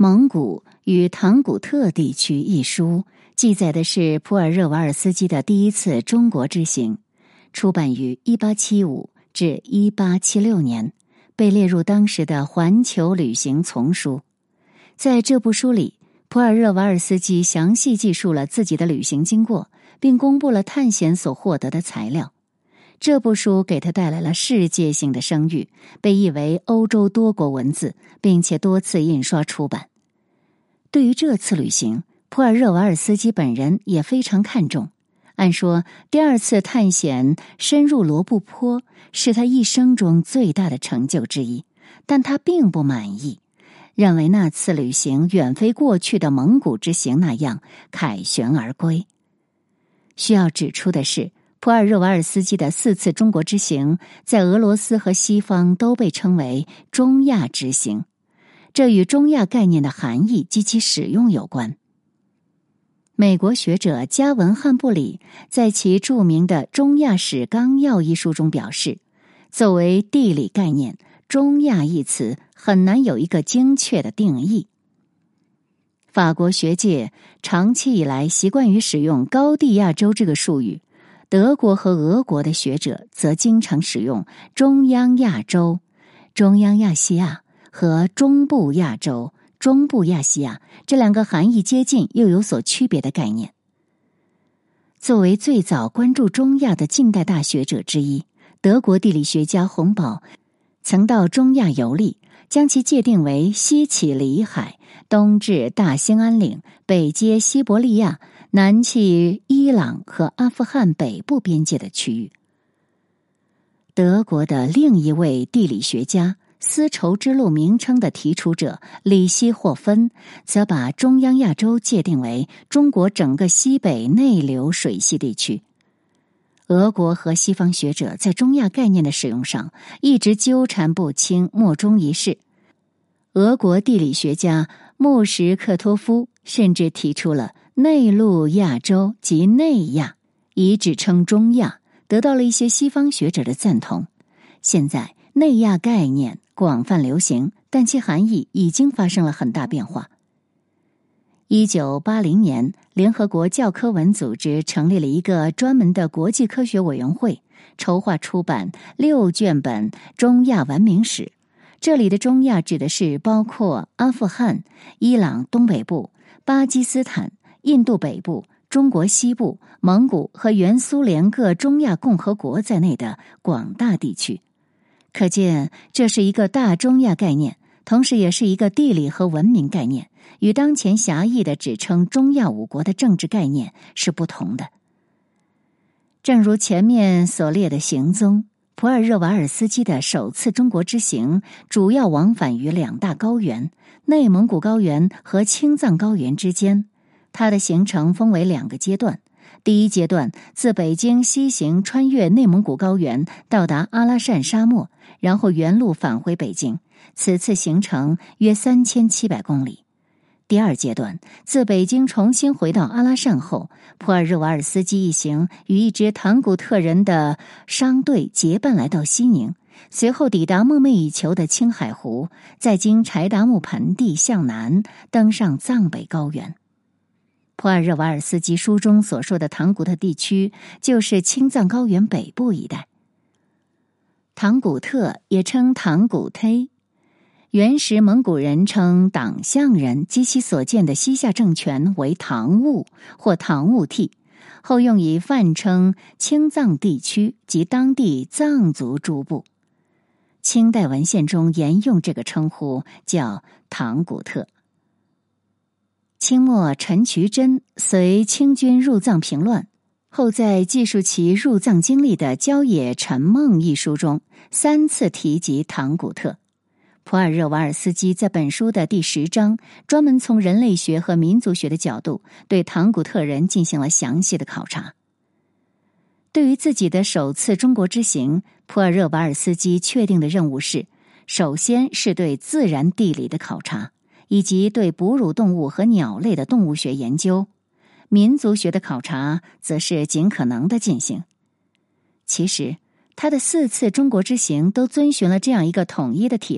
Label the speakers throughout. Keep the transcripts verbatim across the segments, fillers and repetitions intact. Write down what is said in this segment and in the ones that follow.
Speaker 1: 蒙古与唐古特地区》一书记载的是普尔热瓦尔斯基的第一次中国之行，出版于一八七五至一八七六年，被列入当时的环球旅行丛书。在这部书里，普尔热瓦尔斯基详细记述了自己的旅行经过，并公布了探险所获得的材料。这部书给他带来了世界性的声誉，被译为欧洲多国文字，并且多次印刷出版。对于这次旅行，普尔热瓦尔斯基本人也非常看重。按说，第二次探险深入罗布泊是他一生中最大的成就之一，但他并不满意，认为那次旅行远非过去的蒙古之行那样凯旋而归。需要指出的是，普尔热瓦尔斯基的四次中国之行在俄罗斯和西方都被称为中亚之行，这与中亚概念的含义及其使用有关。美国学者加文·汉布里在其著名的《中亚史纲要》一书中表示，作为地理概念，中亚一词很难有一个精确的定义。法国学界长期以来习惯于使用高地亚洲这个术语，德国和俄国的学者则经常使用中央亚洲、中央亚细亚和中部亚洲、中部亚细亚这两个含义接近又有所区别的概念。作为最早关注中亚的近代大学者之一，德国地理学家洪堡曾到中亚游历，将其界定为西起里海，东至大兴安岭，北接西伯利亚，南起伊朗和阿富汗北部边界的区域。德国的另一位地理学家，丝绸之路名称的提出者里希霍芬，则把中央亚洲界定为中国整个西北内流水系地区。俄国和西方学者在中亚概念的使用上一直纠缠不清，莫衷一是。俄国地理学家穆什克托夫甚至提出了内陆亚洲及内亚，以指称中亚，得到了一些西方学者的赞同。现在内亚概念广泛流行，但其含义已经发生了很大变化。一九八零年，联合国教科文组织成立了一个专门的国际科学委员会，筹划出版六卷本中亚文明史。这里的中亚指的是包括阿富汗、伊朗东北部、巴基斯坦、印度北部、中国西部、蒙古和原苏联各中亚共和国在内的广大地区。可见，这是一个大中亚概念，同时也是一个地理和文明概念，与当前狭义的指称中亚五国的政治概念是不同的。正如前面所列的行踪，普尔热瓦尔斯基的首次中国之行主要往返于两大高原，内蒙古高原和青藏高原之间。他的行程分为两个阶段。第一阶段自北京西行，穿越内蒙古高原，到达阿拉善沙漠，然后原路返回北京。此次行程约三千七百公里。第二阶段自北京重新回到阿拉善后，普尔热瓦尔斯基一行与一支唐古特人的商队结伴来到西宁，随后抵达梦寐以求的青海湖，再经柴达木盆地向南登上藏北高原。普尔热瓦尔斯基书中所说的唐古特地区，就是青藏高原北部一带。唐古特也称唐古忒，原始蒙古人称党项人及其所建的西夏政权为唐兀或唐兀惕，后用以泛称青藏地区及当地藏族诸部。清代文献中沿用这个称呼，叫唐古特。清末陈渠珍随清军入藏平乱，后在记述其入藏经历的《郊野陈梦》一书中，三次提及唐古特。普尔热瓦尔斯基在本书的第十章，专门从人类学和民族学的角度，对唐古特人进行了详细的考察。对于自己的首次中国之行，普尔热瓦尔斯基确定的任务是，首先是对自然地理的考察，以及对哺乳动物和鸟类的动物学研究。民族学的考察则是尽可能的进行。其实，他的四次中国之行都遵循了这样一个统一的体例，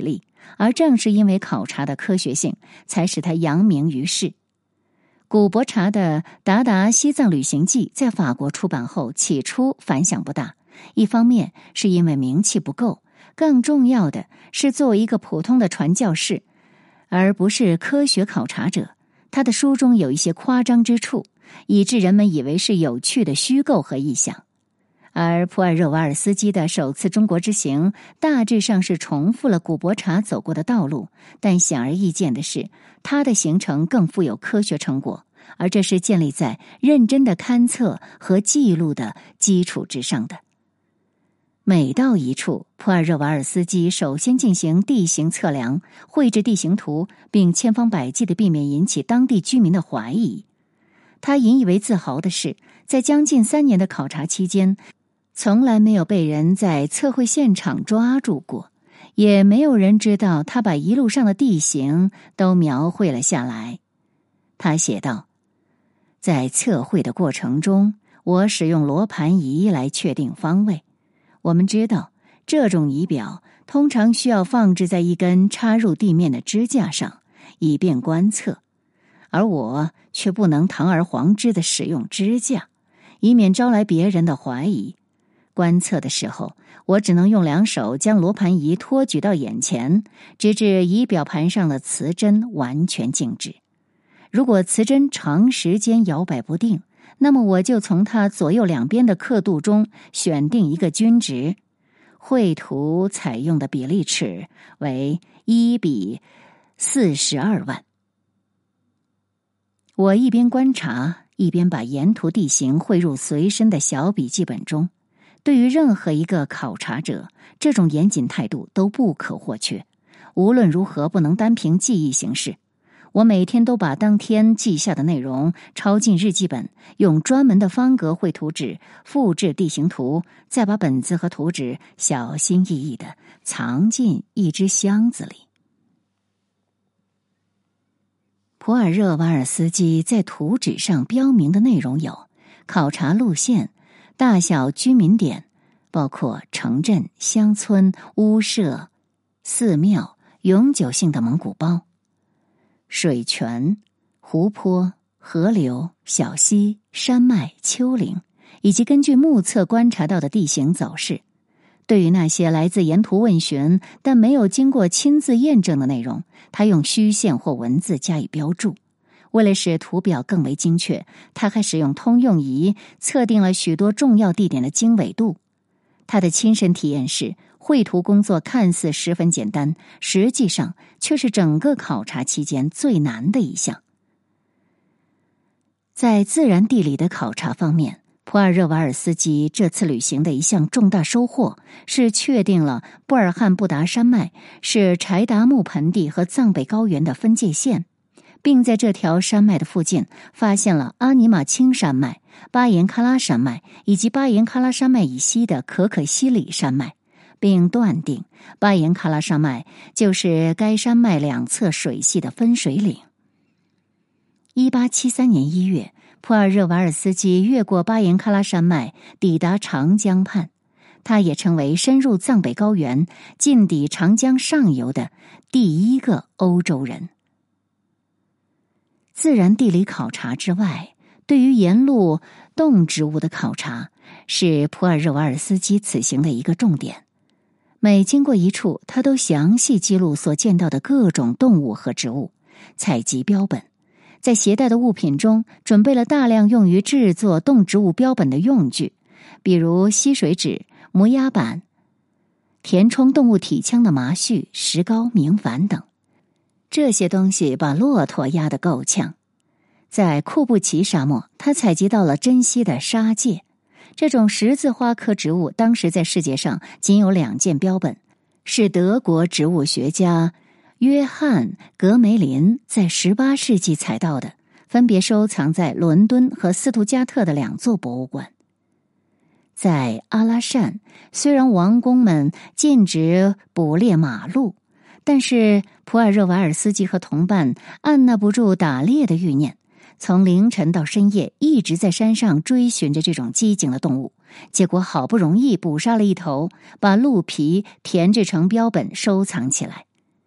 Speaker 1: 而正是因为考察的科学性，才使他扬名于世。古伯查的《达达西藏旅行记》在法国出版后，起初反响不大，一方面是因为名气不够，更重要的是作为一个普通的传教士，而不是科学考察者，他的书中有一些夸张之处，以致人们以为是有趣的虚构和臆想。而普尔热瓦尔斯基的首次中国之行大致上是重复了古伯查走过的道路，但显而易见的是，他的行程更富有科学成果，而这是建立在认真的勘测和记录的基础之上的。每到一处，普尔热瓦尔斯基首先进行地形测量，绘制地形图，并千方百计地避免引起当地居民的怀疑。他引以为自豪的是，在将近三年的考察期间，从来没有被人在测绘现场抓住过，也没有人知道他把一路上的地形都描绘了下来。他写道，在测绘的过程中，我使用罗盘仪来确定方位。我们知道，这种仪表通常需要放置在一根插入地面的支架上，以便观测，而我却不能堂而皇之地使用支架，以免招来别人的怀疑。观测的时候，我只能用两手将罗盘仪托举到眼前，直至仪表盘上的磁针完全静止。如果磁针长时间摇摆不定，那么我就从它左右两边的刻度中选定一个均值。绘图采用的比例尺为一比四十二万。我一边观察，一边把沿途地形汇入随身的小笔记本中。对于任何一个考察者，这种严谨态度都不可或缺。无论如何，不能单凭记忆行事。我每天都把当天记下的内容抄进日记本，用专门的方格绘图纸复制地形图，再把本子和图纸小心翼翼地藏进一只箱子里。普尔热瓦尔斯基在图纸上标明的内容有：考察路线、大小居民点，包括城镇、乡村、屋舍、寺庙、永久性的蒙古包、水泉、湖泊、河流、小溪、山脉、丘陵，以及根据目测观察到的地形走势。对于那些来自沿途问询但没有经过亲自验证的内容，他用虚线或文字加以标注。为了使图表更为精确，他还使用通用仪测定了许多重要地点的经纬度。他的亲身体验是，绘图工作看似十分简单，实际上却是整个考察期间最难的一项。在自然地理的考察方面，普尔热瓦尔斯基这次旅行的一项重大收获是确定了布尔汉布达山脉是柴达木盆地和藏北高原的分界线，并在这条山脉的附近发现了阿尼玛卿山脉、巴颜喀拉山脉以及巴颜喀拉山脉以西的可可西里山脉，并断定巴颜喀拉山脉就是该山脉两侧水系的分水岭。一八七三年一月，普尔热瓦尔斯基越过巴颜喀拉山脉，抵达长江畔。他也成为深入藏北高原、进抵长江上游的第一个欧洲人。自然地理考察之外，对于沿路动植物的考察是普尔热瓦尔斯基此行的一个重点。每经过一处，他都详细记录所见到的各种动物和植物，采集标本。在携带的物品中准备了大量用于制作动植物标本的用具，比如吸水纸、磨压板、填充动物体腔的麻絮、石膏、明矾等。这些东西把骆驼压得够呛。在库布齐沙漠，他采集到了珍稀的沙芥。这种十字花科植物当时在世界上仅有两件标本，是德国植物学家约翰·格梅林在十八世纪采到的，分别收藏在伦敦和斯图加特的两座博物馆。在阿拉善，虽然王公们禁止捕猎马鹿，但是普尔热瓦尔斯基和同伴按捺不住打猎的欲念，从凌晨到深夜一直在山上追寻着这种机警的动物，结果好不容易捕杀了一头，把鹿皮填制成标本收藏起来。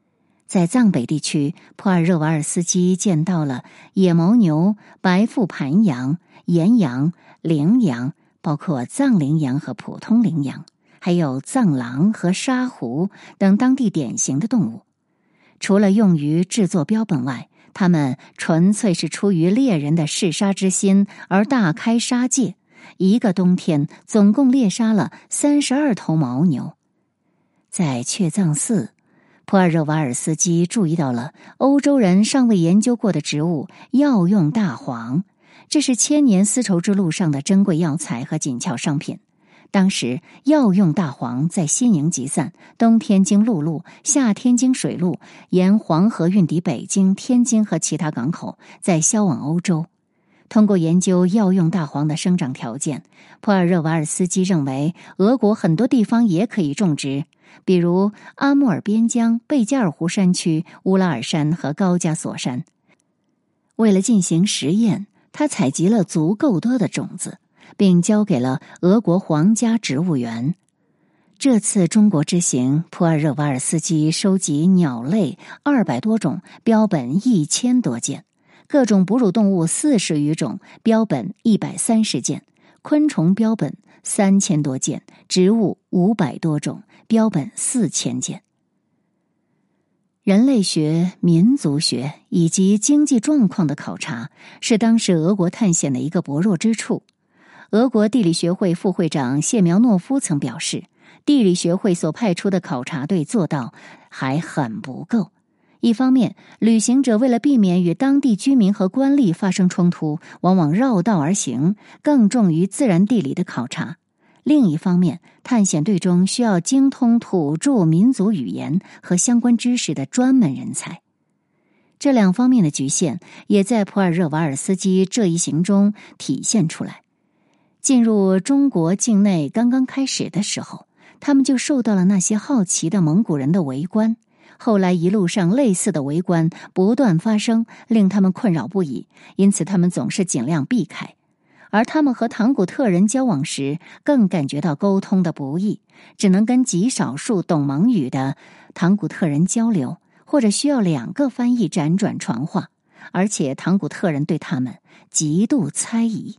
Speaker 1: 在藏北地区，普尔热瓦尔斯基见到了野牦牛、白腹盘羊、岩羊、羚羊，包括藏羚羊和普通羚羊，还有藏狼和沙狐等当地典型的动物。除了用于制作标本外，他们纯粹是出于猎人的嗜杀之心而大开杀戒，一个冬天总共猎杀了三十二头牦牛。在确藏寺，普尔热瓦尔斯基注意到了欧洲人尚未研究过的植物药用大黄，这是千年丝绸之路上的珍贵药材和紧俏商品。当时药用大黄在西宁集散，冬天经陆路，夏天经水路，沿黄河运抵北京、天津和其他港口，再销往欧洲。通过研究药用大黄的生长条件，普尔热瓦尔斯基认为俄国很多地方也可以种植，比如阿穆尔边疆、贝加尔湖山区、乌拉尔山和高加索山。为了进行实验，他采集了足够多的种子，并交给了俄国皇家植物园。这次中国之行，普尔热瓦尔斯基收集鸟类二百多种，标本一千多件，各种哺乳动物四十余种，标本一百三十件，昆虫标本三千多件，植物五百多种，标本四千件。人类学、民族学以及经济状况的考察是当时俄国探险的一个薄弱之处。俄国地理学会副会长谢苗诺夫曾表示，地理学会所派出的考察队做到还很不够。一方面，旅行者为了避免与当地居民和官吏发生冲突，往往绕道而行，更重于自然地理的考察；另一方面，探险队中需要精通土著民族语言和相关知识的专门人才。这两方面的局限也在普尔热瓦尔斯基这一行中体现出来。进入中国境内刚刚开始的时候，他们就受到了那些好奇的蒙古人的围观。后来一路上类似的围观不断发生，令他们困扰不已，因此他们总是尽量避开。而他们和唐古特人交往时，更感觉到沟通的不易，只能跟极少数懂蒙语的唐古特人交流，或者需要两个翻译辗转传话，而且唐古特人对他们极度猜疑。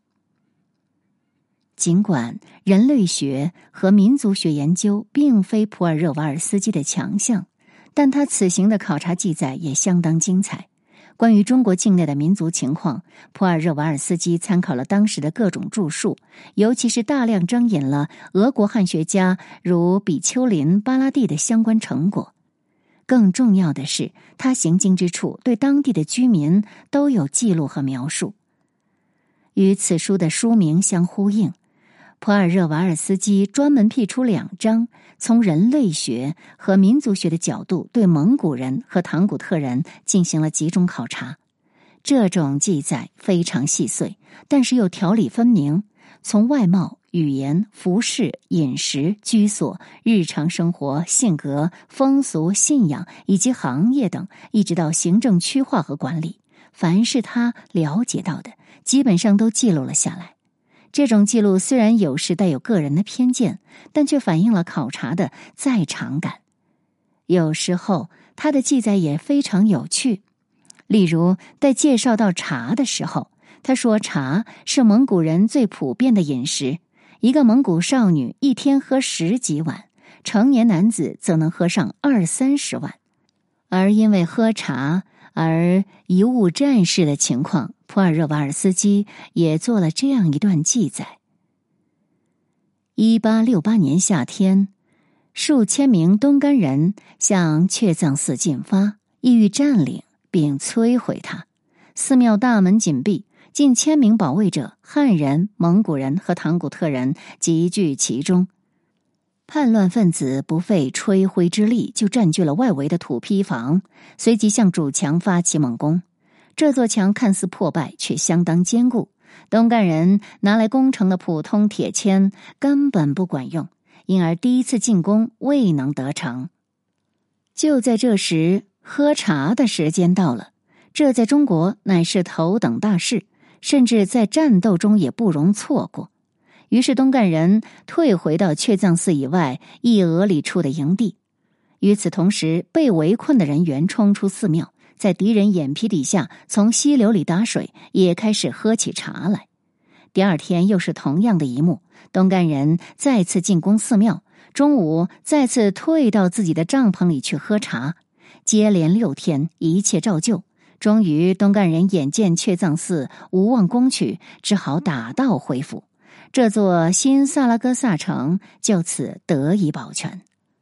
Speaker 1: 尽管人类学和民族学研究并非普尔热瓦尔斯基的强项，但他此行的考察记载也相当精彩。关于中国境内的民族情况，普尔热瓦尔斯基参考了当时的各种著述，尤其是大量征引了俄国汉学家如比丘林、巴拉第的相关成果。更重要的是，他行经之处对当地的居民都有记录和描述。与此书的书名相呼应，普尔热瓦尔斯基专门辟出两章，从人类学和民族学的角度对蒙古人和唐古特人进行了集中考察。这种记载非常细碎，但是又条理分明，从外貌、语言、服饰、饮食、居所、日常生活、性格、风俗、信仰以及行业等，一直到行政区划和管理，凡是他了解到的，基本上都记录了下来。这种记录虽然有时带有个人的偏见，但却反映了考察的在场感。有时候他的记载也非常有趣，例如在介绍到茶的时候，他说茶是蒙古人最普遍的饮食，一个蒙古少女一天喝十几碗，成年男子则能喝上二三十碗。而因为喝茶而贻误战士的情况，普尔热瓦尔斯基也做了这样一段记载。一八六八年夏天，数千名东干人向确藏寺进发，意欲占领并摧毁它。寺庙大门紧闭，近千名保卫者，汉人、蒙古人和唐古特人集聚其中。叛乱分子不费吹灰之力就占据了外围的土坯房，随即向主墙发起猛攻。这座墙看似破败，却相当坚固。东干人拿来攻城的普通铁钎根本不管用，因而第一次进攻未能得逞。就在这时，喝茶的时间到了，这在中国乃是头等大事，甚至在战斗中也不容错过。于是东干人退回到确藏寺以外一俄里处的营地。 与此同时，被围困的人员冲出寺庙，在敌人眼皮底下从溪流里打水，也开始喝起茶来。第二天又是同样的一幕，东干人再次进攻寺庙，中午再次退到自己的帐篷里去喝茶。接连六天，一切照旧。终于，东干人眼见确藏寺无望攻取，只好打道回府。这座新萨拉戈萨城就此得以保全。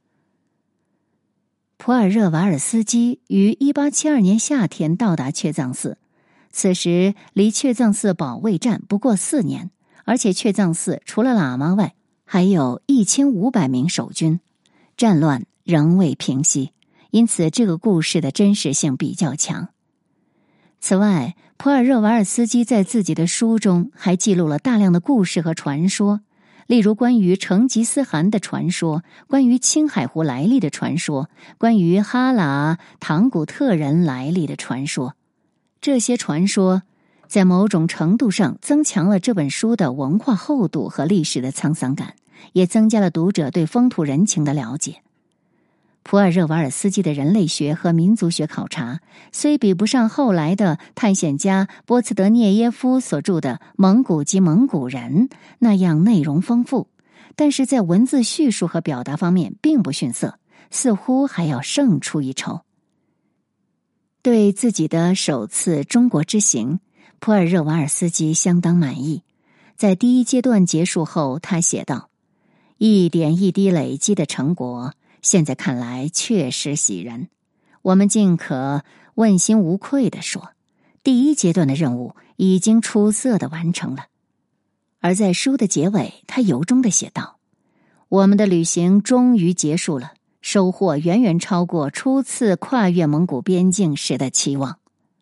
Speaker 1: 普尔热瓦尔斯基于一八七二年夏天到达确藏寺，此时离确藏寺保卫战不过四年，而且确藏寺除了喇嘛外，还有一千五百名守军，战乱仍未平息，因此这个故事的真实性比较强。此外，普尔热瓦尔斯基在自己的书中还记录了大量的故事和传说，例如关于成吉思汗的传说，关于青海湖来历的传说，关于哈拉唐古特人来历的传说。这些传说在某种程度上增强了这本书的文化厚度和历史的沧桑感，也增加了读者对风土人情的了解。普尔热瓦尔斯基的人类学和民族学考察虽比不上后来的探险家波茨德涅耶夫所著的《蒙古及蒙古人》那样内容丰富，但是在文字叙述和表达方面并不逊色，似乎还要胜出一筹。对自己的首次中国之行，普尔热瓦尔斯基相当满意。在第一阶段结束后，他写道：一点一滴累积的成果，现在看来确实喜人。我们尽可问心无愧地说，第一阶段的任务已经出色地完成了。而在书的结尾，他由衷地写道：我们的旅行终于结束了，收获远远超过初次跨越蒙古边境时的期望。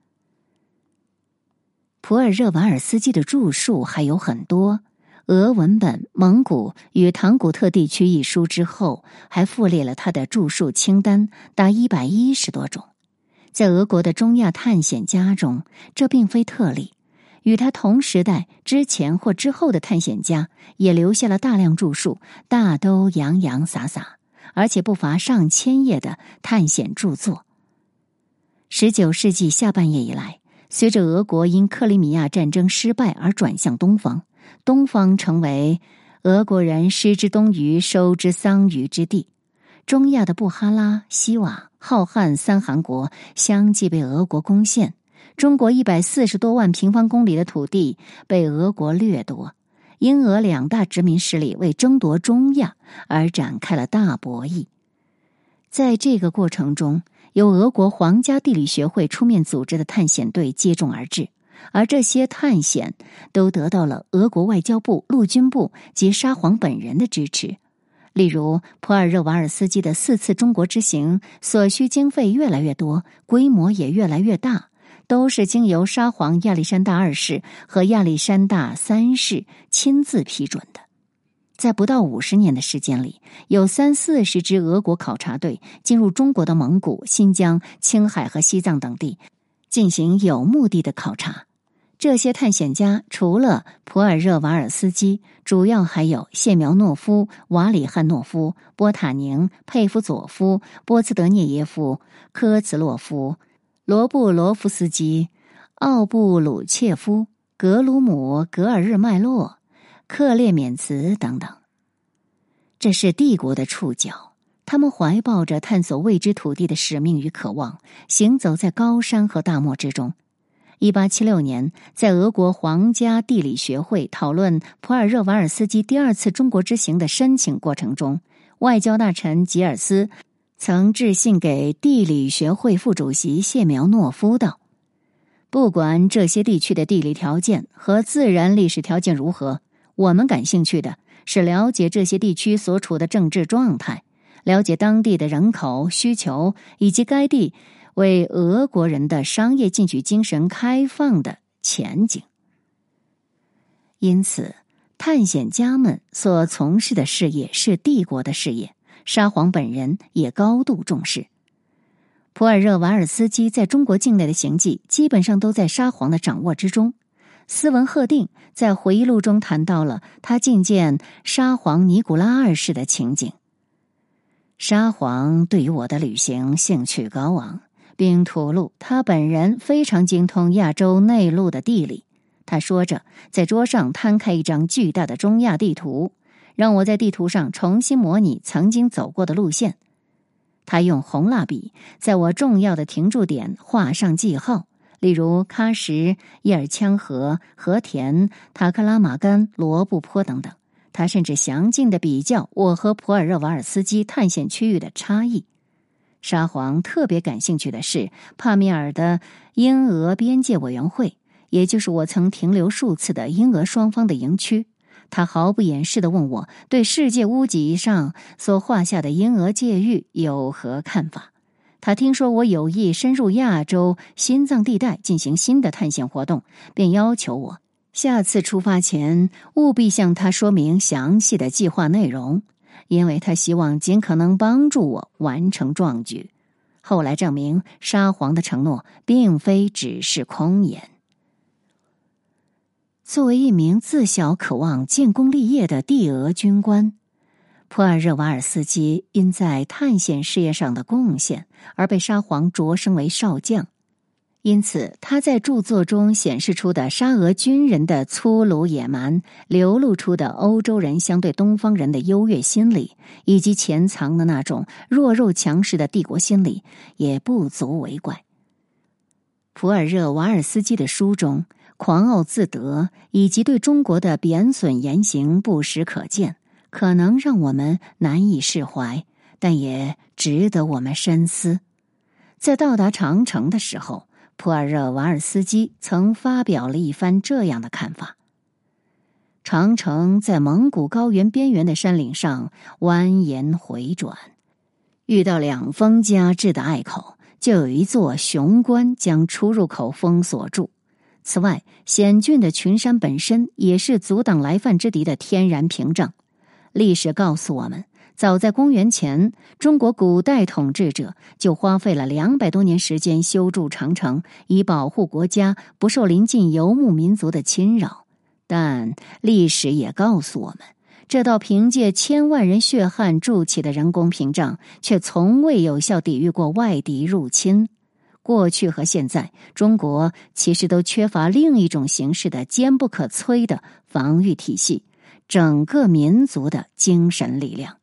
Speaker 1: 普尔热瓦尔斯基的著述还有很多，俄文本《蒙古与唐古特地区》一书之后，还附列了他的著述清单，达一百一十多种。在俄国的中亚探险家中，这并非特例，与他同时代之前或之后的探险家也留下了大量著述，大都洋洋洒洒，而且不乏上千页的探险著作。十九世纪下半叶以来，随着俄国因克里米亚战争失败而转向东方，东方成为俄国人失之东隅收之桑榆之地。中亚的布哈拉、西瓦浩瀚三汗国相继被俄国攻陷，中国一百四十多万平方公里的土地被俄国掠夺，英俄两大殖民势力为争夺中亚而展开了大博弈。在这个过程中，由俄国皇家地理学会出面组织的探险队接踵而至，而这些探险都得到了俄国外交部、陆军部及沙皇本人的支持。例如，普尔热瓦尔斯基的四次中国之行所需经费越来越多，规模也越来越大，都是经由沙皇亚历山大二世和亚历山大三世亲自批准的。在不到五十年的时间里，有三四十支俄国考察队进入中国的蒙古、新疆、青海和西藏等地，进行有目的的考察。这些探险家除了普尔热瓦尔斯基，主要还有谢苗诺夫、瓦里汉诺夫、波塔宁、佩夫佐夫、波茨德涅耶夫、科茨洛夫、罗布罗夫斯基、奥布鲁切夫、格鲁姆格尔日迈洛、克列缅茨等等。这是帝国的触角，他们怀抱着探索未知土地的使命与渴望，行走在高山和大漠之中。一八七六年，在俄国皇家地理学会讨论普尔热瓦尔斯基第二次中国之行的申请过程中，外交大臣吉尔斯曾致信给地理学会副主席谢苗诺夫道：不管这些地区的地理条件和自然历史条件如何，我们感兴趣的是了解这些地区所处的政治状态，了解当地的人口需求，以及该地为俄国人的商业进取精神开放的前景。因此，探险家们所从事的事业是帝国的事业，沙皇本人也高度重视。普尔热瓦尔斯基在中国境内的行迹基本上都在沙皇的掌握之中。斯文赫定在回忆录中谈到了他觐见沙皇尼古拉二世的情景。 沙皇对于我的旅行兴趣高昂，并吐露他本人非常精通亚洲内陆的地理。他说着，在桌上摊开一张巨大的中亚地图，让我在地图上重新模拟曾经走过的路线。他用红蜡笔在我重要的停驻点画上记号，例如喀什、叶尔羌河、和田、塔克拉玛干、罗布泊等等。他甚至详尽地比较我和普尔热瓦尔斯基探险区域的差异。沙皇特别感兴趣的是帕米尔的英俄边界委员会，也就是我曾停留数次的英俄双方的营区。他毫不掩饰地问我对世界屋脊上所画下的英俄界域有何看法。他听说我有意深入亚洲心脏地带进行新的探险活动，便要求我下次出发前务必向他说明详细的计划内容，因为他希望尽可能帮助我完成壮举。后来证明，沙皇的承诺并非只是空言。作为一名自小渴望建功立业的帝俄军官，普尔热瓦尔斯基因在探险事业上的贡献而被沙皇擢升为少将。因此，他在著作中显示出的沙俄军人的粗鲁野蛮，流露出的欧洲人相对东方人的优越心理，以及潜藏的那种弱肉强食的帝国心理，也不足为怪。普尔热瓦尔斯基的书中狂傲自得以及对中国的贬损言行不时可见，可能让我们难以释怀，但也值得我们深思。在到达长城的时候，普尔热瓦尔斯基曾发表了一番这样的看法：长城在蒙古高原边缘的山岭上蜿蜒回转，遇到两峰夹峙的隘口，就有一座雄关将出入口封锁住。此外，险峻的群山本身也是阻挡来犯之敌的天然屏障。历史告诉我们，早在公元前，中国古代统治者就花费了两百多年时间修筑长城，以保护国家不受邻近游牧民族的侵扰。但历史也告诉我们，这道凭借千万人血汗筑起的人工屏障，却从未有效抵御过外敌入侵。过去和现在，中国其实都缺乏另一种形式的坚不可摧的防御体系，整个民族的精神力量。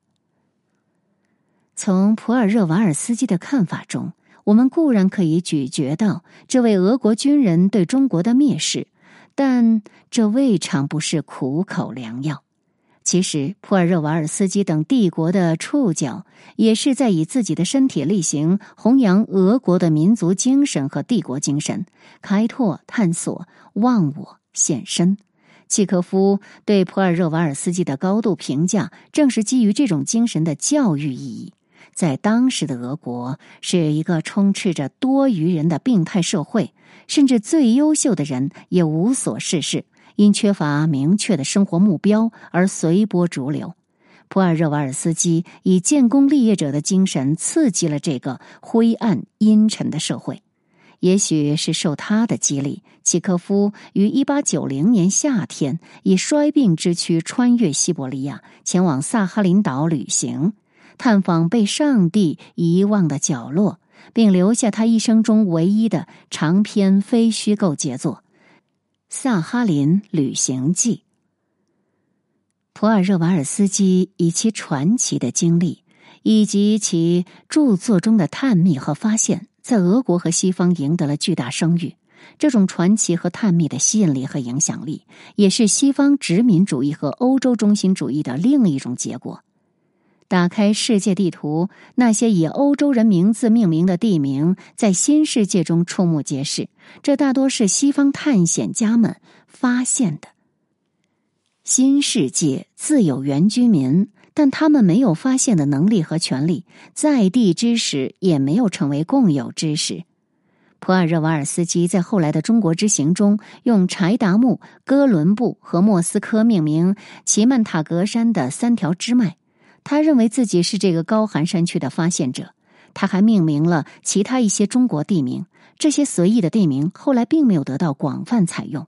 Speaker 1: 从普尔热瓦尔斯基的看法中，我们固然可以咀嚼到这位俄国军人对中国的蔑视，但这未尝不是苦口良药。其实，普尔热瓦尔斯基等帝国的触角也是在以自己的身体力行，弘扬俄国的民族精神和帝国精神，开拓、探索、忘我、献身。契科夫对普尔热瓦尔斯基的高度评价，正是基于这种精神的教育意义。在当时的俄国，是一个充斥着多余人的病态社会，甚至最优秀的人也无所事事，因缺乏明确的生活目标而随波逐流。普尔热瓦尔斯基以建功立业者的精神刺激了这个灰暗阴沉的社会。也许是受他的激励，契科夫于一八九零年夏天以衰病之躯穿越西伯利亚，前往萨哈林岛旅行，探访被上帝遗忘的角落，并留下他一生中唯一的长篇非虚构杰作《萨哈林旅行记》。普尔热瓦尔斯基以其传奇的经历以及其著作中的探秘和发现，在俄国和西方赢得了巨大声誉。这种传奇和探秘的吸引力和影响力，也是西方殖民主义和欧洲中心主义的另一种结果。打开世界地图，那些以欧洲人名字命名的地名在新世界中触目皆是，这大多是西方探险家们发现的。新世界自有原居民，但他们没有发现的能力和权利，在地知识也没有成为共有知识。普尔热瓦尔斯基在后来的中国之行中，用柴达木、哥伦布和莫斯科命名奇曼塔格山的三条支脉。他认为自己是这个高寒山区的发现者。他还命名了其他一些中国地名，这些随意的地名后来并没有得到广泛采用。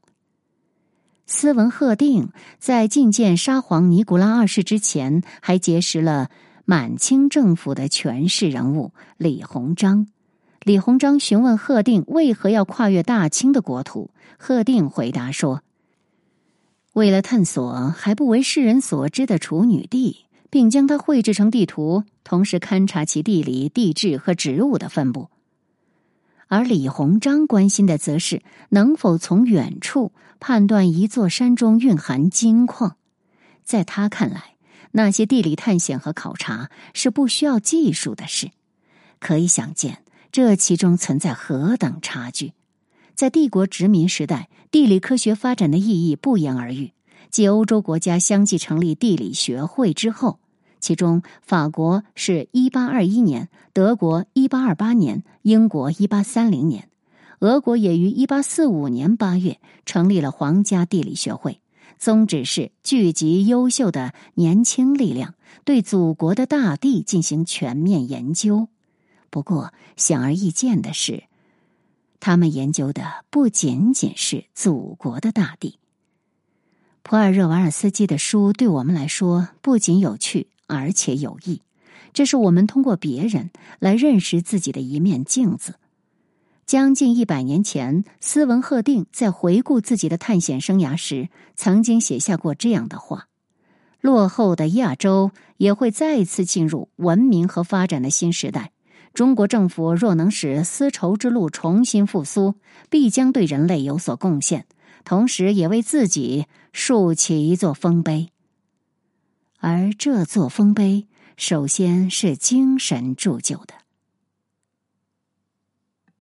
Speaker 1: 斯文赫定在觐见沙皇尼古拉二世之前，还结识了满清政府的权势人物李鸿章。李鸿章询问贺定为何要跨越大清的国土，贺定回答说：为了探索还不为世人所知的处女地，并将它绘制成地图，同时勘察其地理、地质和植物的分布。而李鸿章关心的则是能否从远处判断一座山中蕴含金矿。在他看来，那些地理探险和考察是不需要技术的事，可以想见这其中存在何等差距。在帝国殖民时代，地理科学发展的意义不言而喻。继欧洲国家相继成立地理学会之后，其中法国是一八二一年，德国一八二八年，英国一八三零年，俄国也于一八四五年八月成立了皇家地理学会，宗旨是聚集优秀的年轻力量，对祖国的大地进行全面研究。不过显而易见的是，他们研究的不仅仅是祖国的大地。普尔热瓦尔斯基的书对我们来说不仅有趣，而且有益。这是我们通过别人来认识自己的一面镜子。将近一百年前，斯文赫定在回顾自己的探险生涯时，曾经写下过这样的话：落后的亚洲也会再次进入文明和发展的新时代。中国政府若能使丝绸之路重新复苏，必将对人类有所贡献，同时也为自己竖起一座丰碑。而这座丰碑，首先是精神铸就的。